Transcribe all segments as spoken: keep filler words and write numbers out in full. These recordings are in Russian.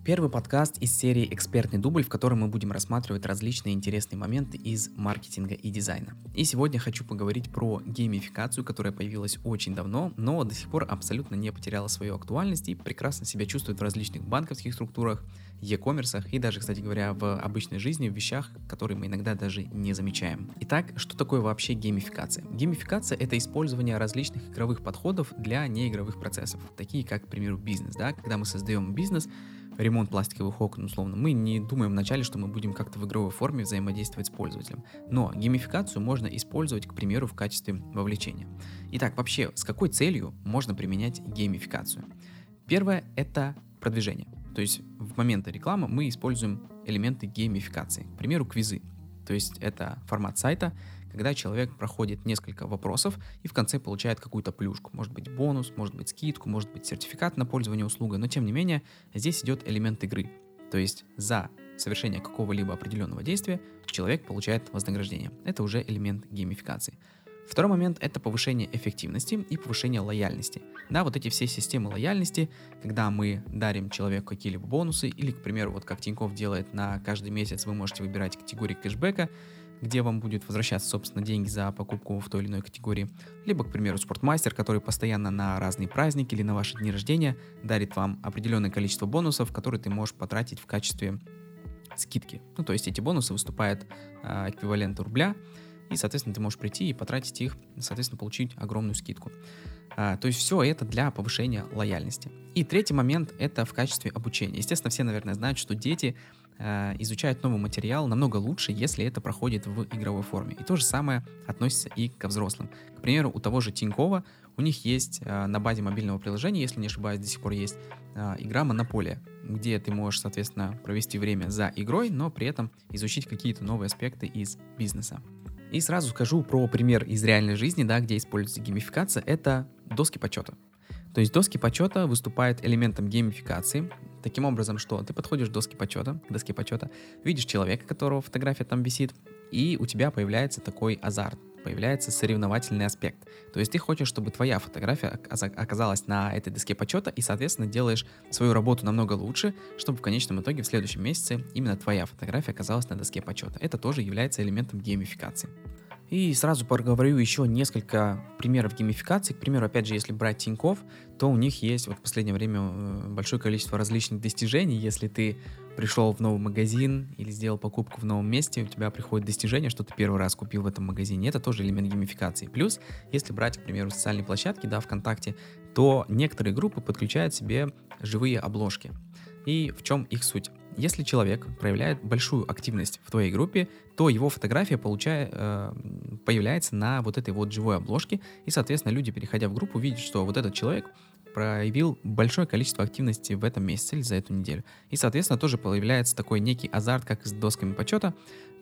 Первый подкаст из серии «Экспертный дубль», в котором мы будем рассматривать различные интересные моменты из маркетинга и дизайна. И сегодня хочу поговорить про геймификацию, которая появилась очень давно, но до сих пор абсолютно не потеряла свою актуальность и прекрасно себя чувствует в различных банковских структурах, e-коммерсах и даже, кстати говоря, в обычной жизни, в вещах, которые мы иногда даже не замечаем. Итак, что такое вообще геймификация? Геймификация — это использование различных игровых подходов для неигровых процессов, такие как, к примеру, бизнес. Да? Когда мы создаем бизнес, ремонт пластиковых окон, условно, мы не думаем вначале, что мы будем как-то в игровой форме взаимодействовать с пользователем. Но геймификацию можно использовать, к примеру, в качестве вовлечения. Итак, вообще, с какой целью можно применять геймификацию? Первое — это продвижение. То есть в моменты рекламы мы используем элементы геймификации. К примеру, квизы. То есть это формат сайта, когда человек проходит несколько вопросов и в конце получает какую-то плюшку. Может быть бонус, может быть скидку, может быть сертификат на пользование услугой, но тем не менее здесь идет элемент игры. То есть за совершение какого-либо определенного действия человек получает вознаграждение. Это уже элемент геймификации. Второй момент — это повышение эффективности и повышение лояльности. Да, вот эти все системы лояльности, когда мы дарим человеку какие-либо бонусы, или, к примеру, вот как Тинькофф делает на каждый месяц, вы можете выбирать категории кэшбэка, где вам будет возвращаться, собственно, деньги за покупку в той или иной категории. Либо, к примеру, Спортмастер, который постоянно на разные праздники или на ваши дни рождения дарит вам определенное количество бонусов, которые ты можешь потратить в качестве скидки. Ну, то есть эти бонусы выступают э, эквивалентом рубля, и, соответственно, ты можешь прийти и потратить их, соответственно, получить огромную скидку. А, то есть все это для повышения лояльности. И третий момент — это в качестве обучения. Естественно, все, наверное, знают, что дети а, изучают новый материал намного лучше, если это проходит в игровой форме. И то же самое относится и ко взрослым. К примеру, у того же Тинькова у них есть а, на базе мобильного приложения, если не ошибаюсь, до сих пор есть а, игра «Монополия», где ты можешь, соответственно, провести время за игрой, но при этом изучить какие-то новые аспекты из бизнеса. И сразу скажу про пример из реальной жизни, да, где используется геймификация, это доски почета. То есть доски почета выступают элементом геймификации, таким образом, что ты подходишь к доске почета, к доске почета, видишь человека, которого фотография там висит, и у тебя появляется такой азарт, появляется соревновательный аспект. То есть ты хочешь, чтобы твоя фотография оказалась на этой доске почета, и, соответственно, делаешь свою работу намного лучше, чтобы в конечном итоге в следующем месяце именно твоя фотография оказалась на доске почета. Это тоже является элементом геймификации. И сразу проговорю еще несколько примеров геймификации. К примеру, опять же, если брать Тинькофф, то у них есть вот в последнее время большое количество различных достижений. Если ты пришел в новый магазин или сделал покупку в новом месте, у тебя приходит достижение, что ты первый раз купил в этом магазине. Это тоже элемент геймификации. Плюс, если брать, к примеру, социальные площадки, да, ВКонтакте, то некоторые группы подключают себе живые обложки. И в чем их суть? Если человек проявляет большую активность в твоей группе, то его фотография получает, э, появляется на вот этой вот живой обложке, и, соответственно, люди, переходя в группу, видят, что вот этот человек проявил большое количество активности в этом месяце или за эту неделю. И, соответственно, тоже появляется такой некий азарт, как с досками почета.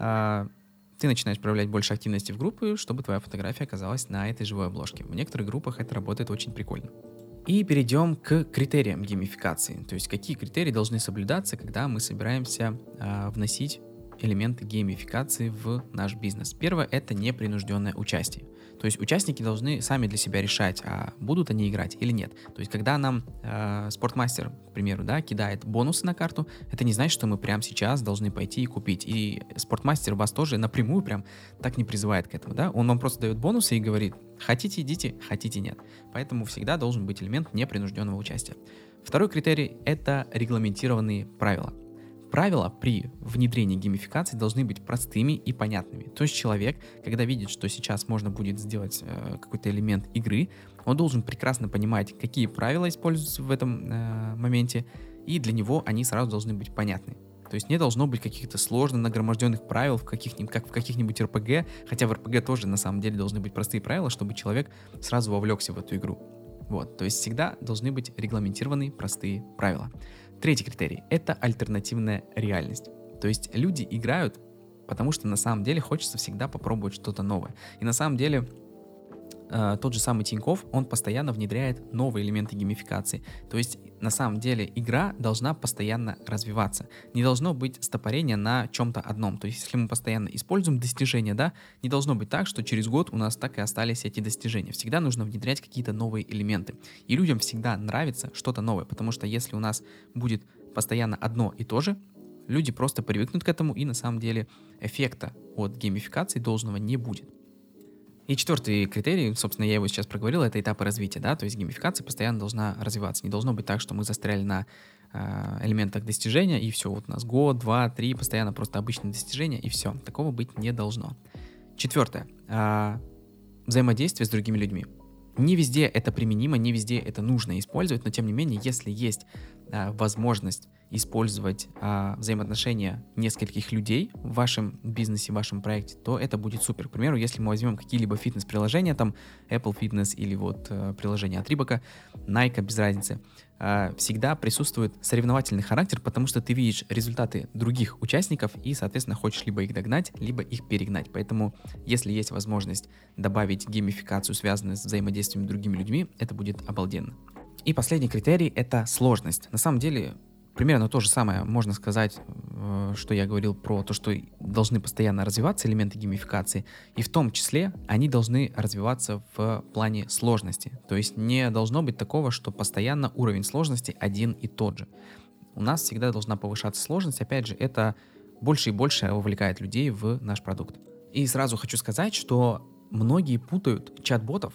Э, ты начинаешь проявлять больше активности в группе, чтобы твоя фотография оказалась на этой живой обложке. В некоторых группах это работает очень прикольно. И перейдем к критериям геймификации. То есть какие критерии должны соблюдаться, когда мы собираемся э, вносить элементы геймификации в наш бизнес. Первое — это непринужденное участие. То есть участники должны сами для себя решать, а будут они играть или нет. То есть когда нам э, Спортмастер, к примеру, да, кидает бонусы на карту, это не значит, что мы прямо сейчас должны пойти и купить. И Спортмастер вас тоже напрямую прям так не призывает к этому. Да? Он вам просто дает бонусы и говорит: хотите — идите, хотите — нет. Поэтому всегда должен быть элемент непринужденного участия. Второй критерий — это регламентированные правила. Правила при внедрении геймификации должны быть простыми и понятными. То есть человек, когда видит, что сейчас можно будет сделать э, какой-то элемент игры, он должен прекрасно понимать, какие правила используются в этом э, моменте, и для него они сразу должны быть понятны. То есть не должно быть каких-то сложно нагроможденных правил, в каких-нибудь, как в каких-нибудь эр пи джи, хотя в эр пи джи тоже на самом деле должны быть простые правила, чтобы человек сразу вовлекся в эту игру. Вот, то есть всегда должны быть регламентированные простые правила. Третий критерий — это альтернативная реальность. То есть люди играют, потому что на самом деле хочется всегда попробовать что-то новое. И на самом деле э, тот же самый Тинькофф, он постоянно внедряет новые элементы геймификации. То есть на самом деле игра должна постоянно развиваться. Не должно быть стопорения на чем-то одном. То есть если мы постоянно используем достижения, да, не должно быть так, что через год у нас так и остались эти достижения. Всегда нужно внедрять какие-то новые элементы. И людям всегда нравится что-то новое, потому что если у нас будет постоянно одно и то же, люди просто привыкнут к этому, и на самом деле эффекта от геймификации должного не будет. И четвертый критерий, собственно, я его сейчас проговорил, это этапы развития, да, то есть геймификация постоянно должна развиваться. Не должно быть так, что мы застряли на э, элементах достижения, и все, вот у нас год, два, три, постоянно просто обычные достижения, и все. Такого быть не должно. Четвертое. Э, взаимодействие с другими людьми. Не везде это применимо, не везде это нужно использовать, но тем не менее, если есть э, возможность использовать э, взаимоотношения нескольких людей в вашем бизнесе, в вашем проекте, то это будет супер. К примеру, если мы возьмем какие-либо фитнес-приложения, там Apple Fitness или вот э, приложение от Reebok, Nike, без разницы, э, всегда присутствует соревновательный характер, потому что ты видишь результаты других участников и, соответственно, хочешь либо их догнать, либо их перегнать. Поэтому, если есть возможность добавить геймификацию, связанную с взаимодействием с другими людьми, это будет обалденно. И последний критерий — это сложность. На самом деле, примерно то же самое можно сказать, что я говорил про то, что должны постоянно развиваться элементы геймификации, и в том числе они должны развиваться в плане сложности. То есть не должно быть такого, что постоянно уровень сложности один и тот же. У нас всегда должна повышаться сложность, опять же, это больше и больше вовлекает людей в наш продукт. И сразу хочу сказать, что многие путают чат-ботов,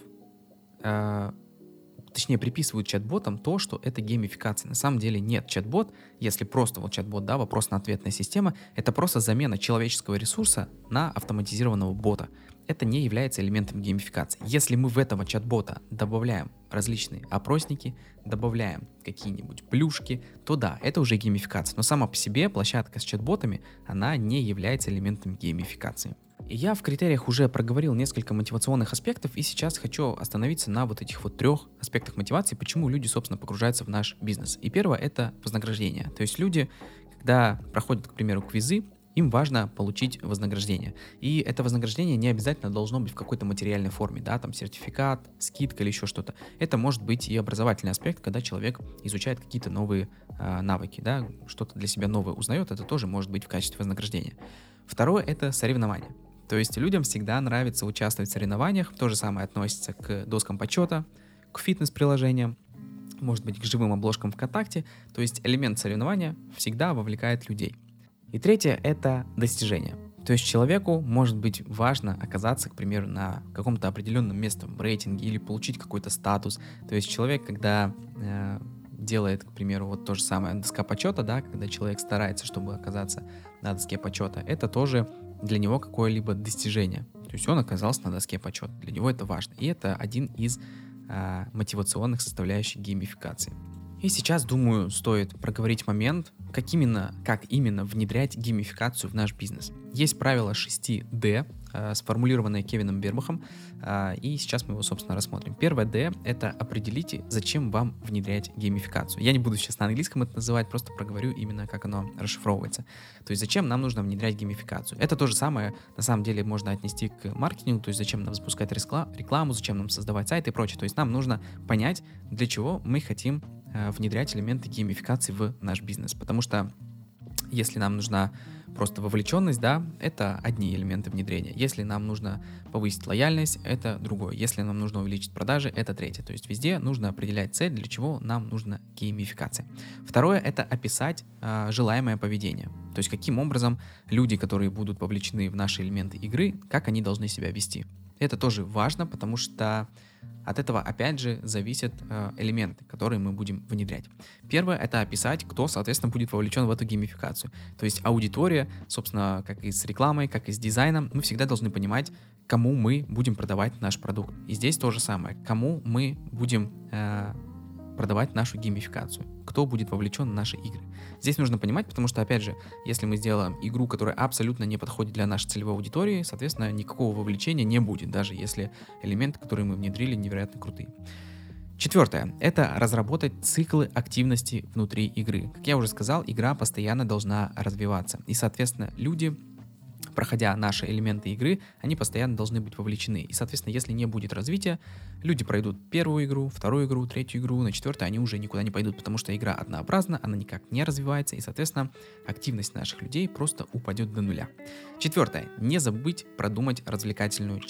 э, точнее, приписывают чат-ботам то, что это геймификация. На самом деле нет. Чат-бот, если просто вот чат-бот, да, вопрос-на-ответная система, это просто замена человеческого ресурса на автоматизированного бота. Это не является элементом геймификации. Если мы в этого чат-бота добавляем различные опросники, добавляем какие-нибудь плюшки, то да, это уже геймификация. Но сама по себе площадка с чат-ботами, она не является элементом геймификации. И я в критериях уже проговорил несколько мотивационных аспектов, и сейчас хочу остановиться на вот этих вот трех аспектах мотивации, почему люди, собственно, погружаются в наш бизнес. И первое — это вознаграждение. То есть люди, когда проходят, к примеру, квизы, им важно получить вознаграждение. И это вознаграждение не обязательно должно быть в какой-то материальной форме, да, там сертификат, скидка или еще что-то. Это может быть и образовательный аспект, когда человек изучает какие-то новые э, навыки, да, что-то для себя новое узнает, это тоже может быть в качестве вознаграждения. Второе — это соревнования. То есть людям всегда нравится участвовать в соревнованиях. То же самое относится к доскам почета, к фитнес-приложениям, может быть, к живым обложкам ВКонтакте. То есть элемент соревнования всегда вовлекает людей. И третье — это достижение. То есть человеку может быть важно оказаться, к примеру, на каком-то определенном месте в рейтинге или получить какой-то статус. То есть человек, когда э, делает, к примеру, вот то же самое доска почета, да, когда человек старается, чтобы оказаться на доске почета, это тоже для него какое-либо достижение. То есть он оказался на доске почета. Для него это важно. И это один из а, мотивационных составляющих геймификации. И сейчас, думаю, стоит проговорить момент, как именно, как именно внедрять геймификацию в наш бизнес. Есть правило шесть дэ, э, сформулированное Кевином Бербахом, э, и сейчас мы его, собственно, рассмотрим. Первое дэ — это определите, зачем вам внедрять геймификацию. Я не буду сейчас на английском это называть, просто проговорю именно, как оно расшифровывается. То есть зачем нам нужно внедрять геймификацию. Это то же самое, на самом деле, можно отнести к маркетингу, то есть зачем нам запускать рекламу, зачем нам создавать сайты и прочее. То есть нам нужно понять, для чего мы хотим внедрять элементы геймификации в наш бизнес. Потому что если нам нужна просто вовлеченность, да, это одни элементы внедрения. Если нам нужно повысить лояльность, это другое. Если нам нужно увеличить продажи, это третье. То есть везде нужно определять цель, для чего нам нужна геймификация. Второе — это описать э, желаемое поведение. То есть каким образом люди, которые будут вовлечены в наши элементы игры, как они должны себя вести. Это тоже важно, потому что от этого, опять же, зависят э, элементы, которые мы будем внедрять. Первое — это описать, кто, соответственно, будет вовлечен в эту геймификацию. То есть аудитория, собственно, как и с рекламой, как и с дизайном, мы всегда должны понимать, кому мы будем продавать наш продукт. И здесь то же самое. Кому мы будем э, продавать нашу геймификацию, кто будет вовлечен в наши игры. Здесь нужно понимать, потому что, опять же, если мы сделаем игру, которая абсолютно не подходит для нашей целевой аудитории, соответственно, никакого вовлечения не будет, даже если элементы, которые мы внедрили, невероятно крутые. Четвертое — это разработать циклы активности внутри игры. Как я уже сказал, игра постоянно должна развиваться. И, соответственно, люди, проходя наши элементы игры, они постоянно должны быть вовлечены. И, соответственно, если не будет развития, люди пройдут первую игру, вторую игру, третью игру, на четвертую они уже никуда не пойдут, потому что игра однообразна, она никак не развивается, и, соответственно, активность наших людей просто упадет до нуля. Четвертое. Не забыть продумать развлекательную часть.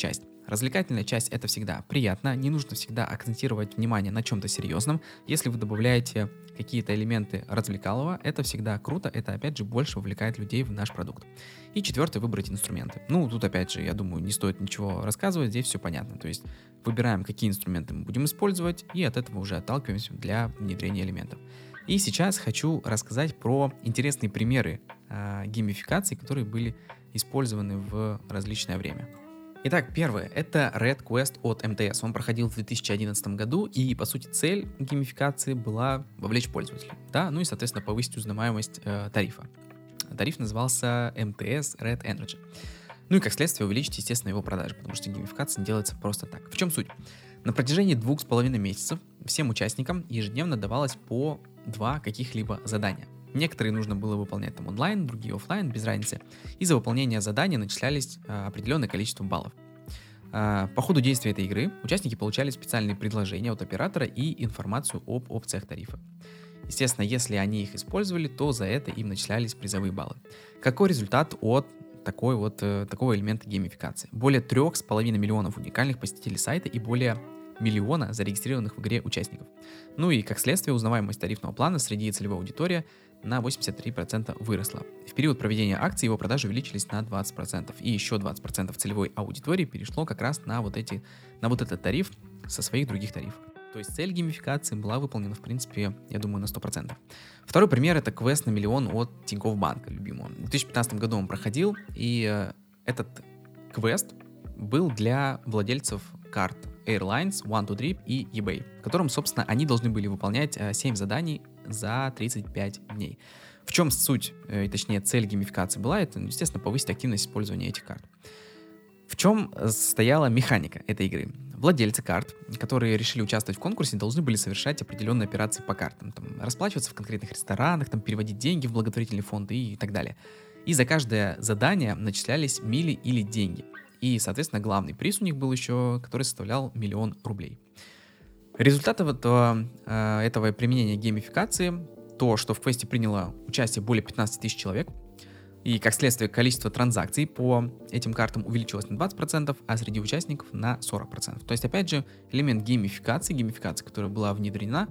Развлекательная часть — это всегда приятно, не нужно всегда акцентировать внимание на чем-то серьезном. Если вы добавляете какие-то элементы развлекалого, это всегда круто, это опять же больше вовлекает людей в наш продукт. И четвертое — выбрать инструменты. Ну, тут опять же, я думаю, не стоит ничего рассказывать, здесь все понятно. То есть выбираем, какие инструменты мы будем использовать, и от этого уже отталкиваемся для внедрения элементов. И сейчас хочу рассказать про интересные примеры э, геймификации, которые были использованы в различное время. Итак, первое — это Red Quest от эм тэ эс. Он проходил в две тысячи одиннадцатом году, и, по сути, цель геймификации была вовлечь пользователя, да, ну и, соответственно, повысить узнаваемость э, тарифа. Тариф назывался эм тэ эс Red Energy. Ну и, как следствие, увеличить, естественно, его продажи, потому что геймификация не делается просто так. В чем суть? На протяжении двух с половиной месяцев всем участникам ежедневно давалось по два каких-либо задания. Некоторые нужно было выполнять там онлайн, другие офлайн, без разницы. И за выполнение задания начислялись а, определенное количество баллов. А, по ходу действия этой игры участники получали специальные предложения от оператора и информацию об опциях тарифа. Естественно, если они их использовали, то за это им начислялись призовые баллы. Какой результат от такой вот, э, такого элемента геймификации? Более трех с половиной миллионов уникальных посетителей сайта и более миллиона зарегистрированных в игре участников. Ну и, как следствие, узнаваемость тарифного плана среди целевой аудитории на восемьдесят три процента выросла. В период проведения акции его продажи увеличились на двадцать процентов, и еще двадцать процентов целевой аудитории перешло как раз на вот, эти, на вот этот тариф со своих других тарифов. То есть цель геймификации была выполнена, в принципе, я думаю, на сто процентов. Второй пример — это квест на миллион от Тинькофф Банка, любимого. В две тысячи пятнадцатом году он проходил, и э, этот квест был для владельцев карт Airlines, One Two Trip и eBay, в котором, собственно, они должны были выполнять э, семь заданий за тридцать пять дней. В чем суть, э, точнее, цель геймификации была? Это, естественно, повысить активность использования этих карт. В чем состояла механика этой игры? Владельцы карт, которые решили участвовать в конкурсе, должны были совершать определенные операции по картам, там, расплачиваться в конкретных ресторанах, там, переводить деньги в благотворительные фонды и так далее. И за каждое задание начислялись мили или деньги. И, соответственно, главный приз у них был еще, который составлял миллион рублей. Результатом этого, этого применения геймификации то, что в квесте приняло участие более пятнадцать тысяч человек, и, как следствие, количество транзакций по этим картам увеличилось на двадцать процентов, а среди участников на сорок процентов. То есть, опять же, элемент геймификации, геймификация, которая была внедрена,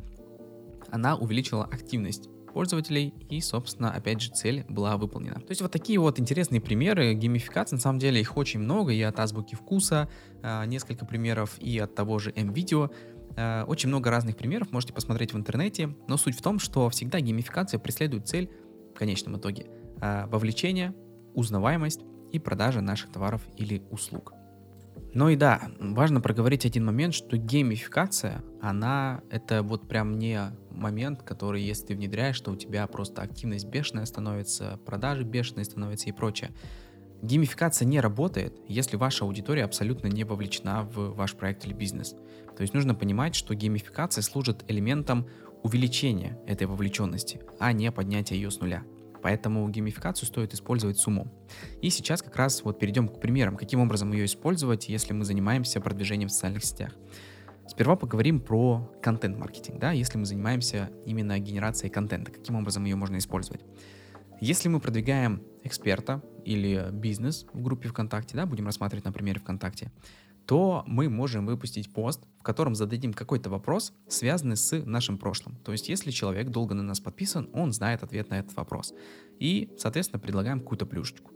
она увеличила активность пользователей, и, собственно, опять же, цель была выполнена. То есть вот такие вот интересные примеры геймификации, на самом деле их очень много, и от Азбуки Вкуса э, несколько примеров, и от того же М-Видео. Э, очень много разных примеров, можете посмотреть в интернете, но суть в том, что всегда геймификация преследует цель в конечном итоге э, вовлечение, узнаваемость и продажа наших товаров или услуг. Ну и да, важно проговорить один момент, что геймификация, она, это вот прям не момент, который, если ты внедряешь, что у тебя просто активность бешеная становится, продажи бешеные становятся и прочее. Геймификация не работает, если ваша аудитория абсолютно не вовлечена в ваш проект или бизнес. То есть нужно понимать, что геймификация служит элементом увеличения этой вовлеченности, а не поднятия ее с нуля. Поэтому геймификацию стоит использовать с умом. И сейчас как раз вот перейдем к примерам, каким образом ее использовать, если мы занимаемся продвижением в социальных сетях. Сперва поговорим про контент-маркетинг, да, если мы занимаемся именно генерацией контента, каким образом ее можно использовать. Если мы продвигаем эксперта или бизнес в группе ВКонтакте, да, будем рассматривать на примере ВКонтакте, то мы можем выпустить пост, в котором зададим какой-то вопрос, связанный с нашим прошлым. То есть, если человек долго на нас подписан, он знает ответ на этот вопрос. И, соответственно, предлагаем какую-то плюшечку.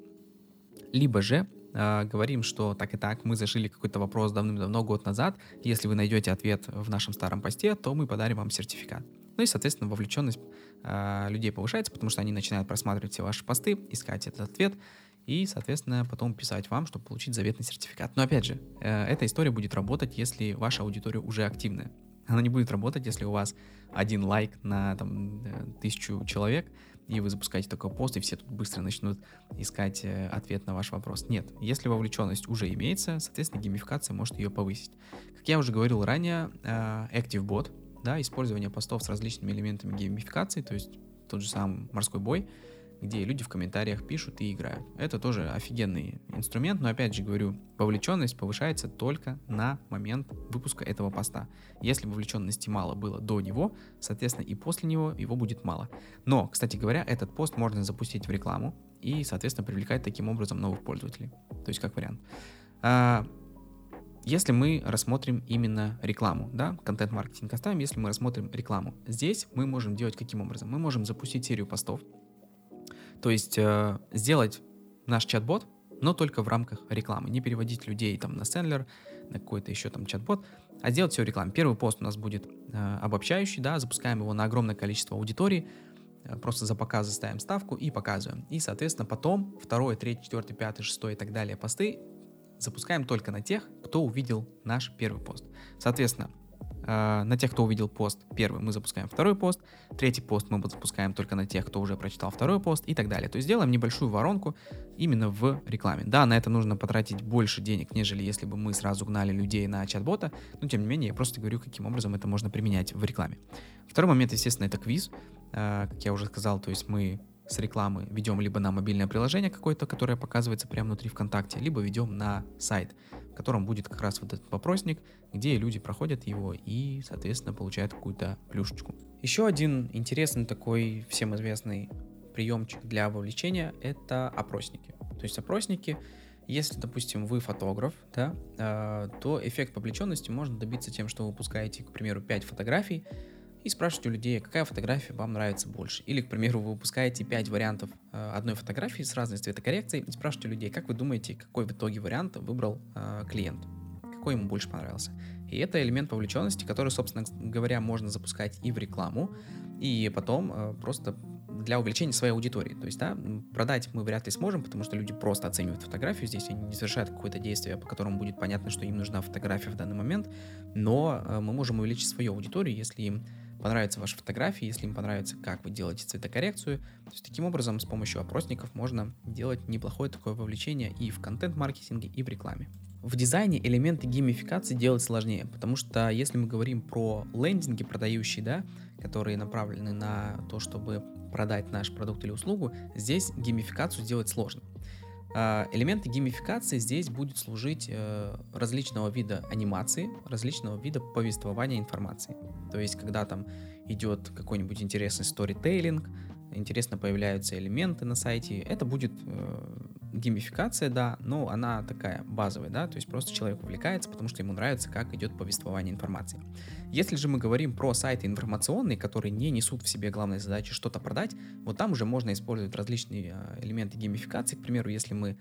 Либо же э, говорим, что так и так, мы зашили какой-то вопрос давным-давно, год назад. Если вы найдете ответ в нашем старом посте, то мы подарим вам сертификат. Ну и, соответственно, вовлеченность э, людей повышается, потому что они начинают просматривать все ваши посты, искать этот ответ, и, соответственно, потом писать вам, чтобы получить заветный сертификат. Но, опять же, э, эта история будет работать, если ваша аудитория уже активная. Она не будет работать, если у вас один лайк на там, тысячу человек, и вы запускаете такой пост, и все тут быстро начнут искать э, ответ на ваш вопрос. Нет, если вовлеченность уже имеется, соответственно, геймификация может ее повысить. Как я уже говорил ранее, э, ActiveBot, да, использование постов с различными элементами геймификации, то есть тот же самый морской бой, где люди в комментариях пишут и играют. Это тоже офигенный инструмент, но опять же говорю, вовлеченность повышается только на момент выпуска этого поста. Если вовлеченности мало было до него, соответственно, и после него его будет мало. Но, кстати говоря, этот пост можно запустить в рекламу и, соответственно, привлекать таким образом новых пользователей. То есть как вариант. А, Если мы рассмотрим именно рекламу, да, контент-маркетинг оставим, если мы рассмотрим рекламу, здесь мы можем делать каким образом? Мы можем запустить серию постов, то есть э, сделать наш чат-бот, но только в рамках рекламы, не переводить людей там на Sendler, на какой-то еще там чат-бот, а сделать все рекламу. Первый пост у нас будет э, обобщающий, да, запускаем его на огромное количество аудитории, э, просто за показ ставим ставку и показываем. И, соответственно, потом второй, третий, четвертый, пятый, шестой и так далее посты запускаем только на тех, кто увидел наш первый пост. Соответственно, э, на тех, кто увидел пост первый, мы запускаем второй пост, третий пост мы запускаем только на тех, кто уже прочитал второй пост и так далее. То есть делаем небольшую воронку именно в рекламе. Да, на это нужно потратить больше денег, нежели если бы мы сразу гнали людей на чат-бота, но тем не менее я просто говорю, каким образом это можно применять в рекламе. Второй момент, естественно, это квиз. Э, как я уже сказал, то есть мы с рекламы ведем либо на мобильное приложение какое-то, которое показывается прямо внутри ВКонтакте, либо ведем на сайт, в котором будет как раз вот этот вопросник, где люди проходят его и, соответственно, получают какую-то плюшечку. Еще один интересный такой всем известный приемчик для вовлечения — это опросники. То есть опросники, если, допустим, вы фотограф, да, э, то эффект вовлеченности можно добиться тем, что вы выпускаете, к примеру, пять фотографий, и спрашиваете у людей, какая фотография вам нравится больше. Или, к примеру, вы выпускаете пять вариантов э, одной фотографии с разной цветокоррекцией и спрашиваете у людей, как вы думаете, какой в итоге вариант выбрал э, клиент, какой ему больше понравился. И это элемент вовлеченности, который, собственно говоря, можно запускать и в рекламу, и потом э, просто для увеличения своей аудитории. То есть, да, продать мы вряд ли сможем, потому что люди просто оценивают фотографию, здесь они не совершают какое-то действие, по которому будет понятно, что им нужна фотография в данный момент, но э, мы можем увеличить свою аудиторию, если им понравятся ваши фотографии, если им понравится, как вы делаете цветокоррекцию. То есть таким образом с помощью опросников можно делать неплохое такое вовлечение и в контент-маркетинге, и в рекламе. В дизайне элементы геймификации делать сложнее, потому что если мы говорим про лендинги продающие, да, которые направлены на то, чтобы продать наш продукт или услугу, здесь геймификацию сделать сложно. Элементы геймификации здесь будут служить э, различного вида анимации, различного вида повествования информации. То есть, когда там идет какой-нибудь интересный сторителлинг, интересно появляются элементы на сайте, это будет э, геймификация, да, но она такая базовая, да, то есть просто человек увлекается, потому что ему нравится, как идет повествование информации. Если же мы говорим про сайты информационные, которые не несут в себе главной задачи что-то продать, вот там уже можно использовать различные э, элементы геймификации. К примеру, если мы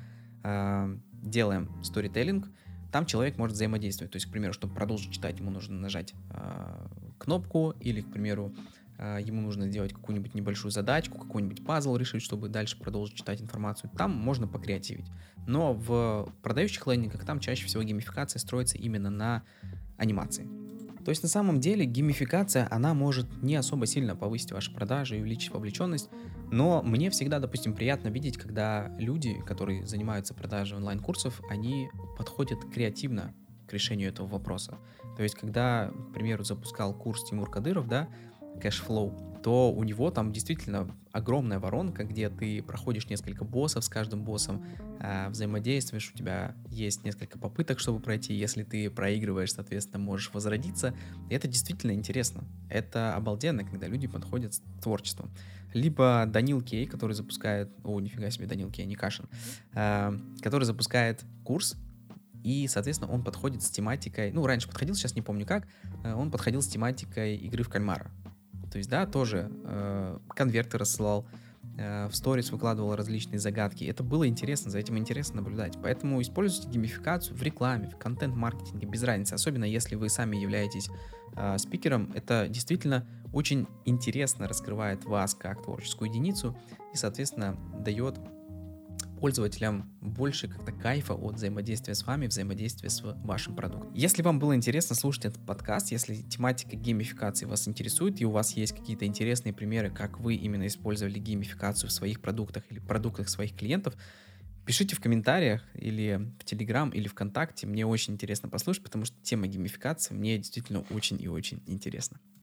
э, делаем сторителлинг, там человек может взаимодействовать. То есть, к примеру, чтобы продолжить читать, ему нужно нажать э, кнопку, или, к примеру, э, ему нужно сделать какую-нибудь небольшую задачку, какой-нибудь пазл решить, чтобы дальше продолжить читать информацию. Там можно покреативить. Но в продающих лендингах там чаще всего геймификация строится именно на анимации. То есть на самом деле геймификация, она может не особо сильно повысить ваши продажи и увеличить вовлеченность, но мне всегда, допустим, приятно видеть, когда люди, которые занимаются продажей онлайн-курсов, они подходят креативно к решению этого вопроса. То есть когда, к примеру, запускал курс Тимур Кадыров, да, Cashflow, то у него там действительно огромная воронка, где ты проходишь несколько боссов, с каждым боссом э, взаимодействуешь, у тебя есть несколько попыток, чтобы пройти, если ты проигрываешь, соответственно, можешь возродиться, и это действительно интересно, это обалденно, когда люди подходят с творчеством. Либо Данил Кей, который запускает, о, нифига себе, Данил Кей, не Кашин, э, который запускает курс, и, соответственно, он подходит с тематикой, ну, раньше подходил, сейчас не помню как, э, он подходил с тематикой игры в кальмара. То есть, да, тоже э, конверты рассылал, э, в сторис выкладывал различные загадки. Это было интересно, за этим интересно наблюдать. Поэтому используйте геймификацию в рекламе, в контент-маркетинге, без разницы. Особенно если вы сами являетесь э, спикером. Это действительно очень интересно раскрывает вас как творческую единицу и, соответственно, дает пользователям больше как-то кайфа от взаимодействия с вами, взаимодействия с вашим продуктом. Если вам было интересно слушать этот подкаст, если тематика геймификации вас интересует, и у вас есть какие-то интересные примеры, как вы именно использовали геймификацию в своих продуктах или продуктах своих клиентов, пишите в комментариях или в Telegram, или ВКонтакте. Мне очень интересно послушать, потому что тема геймификации мне действительно очень и очень интересна.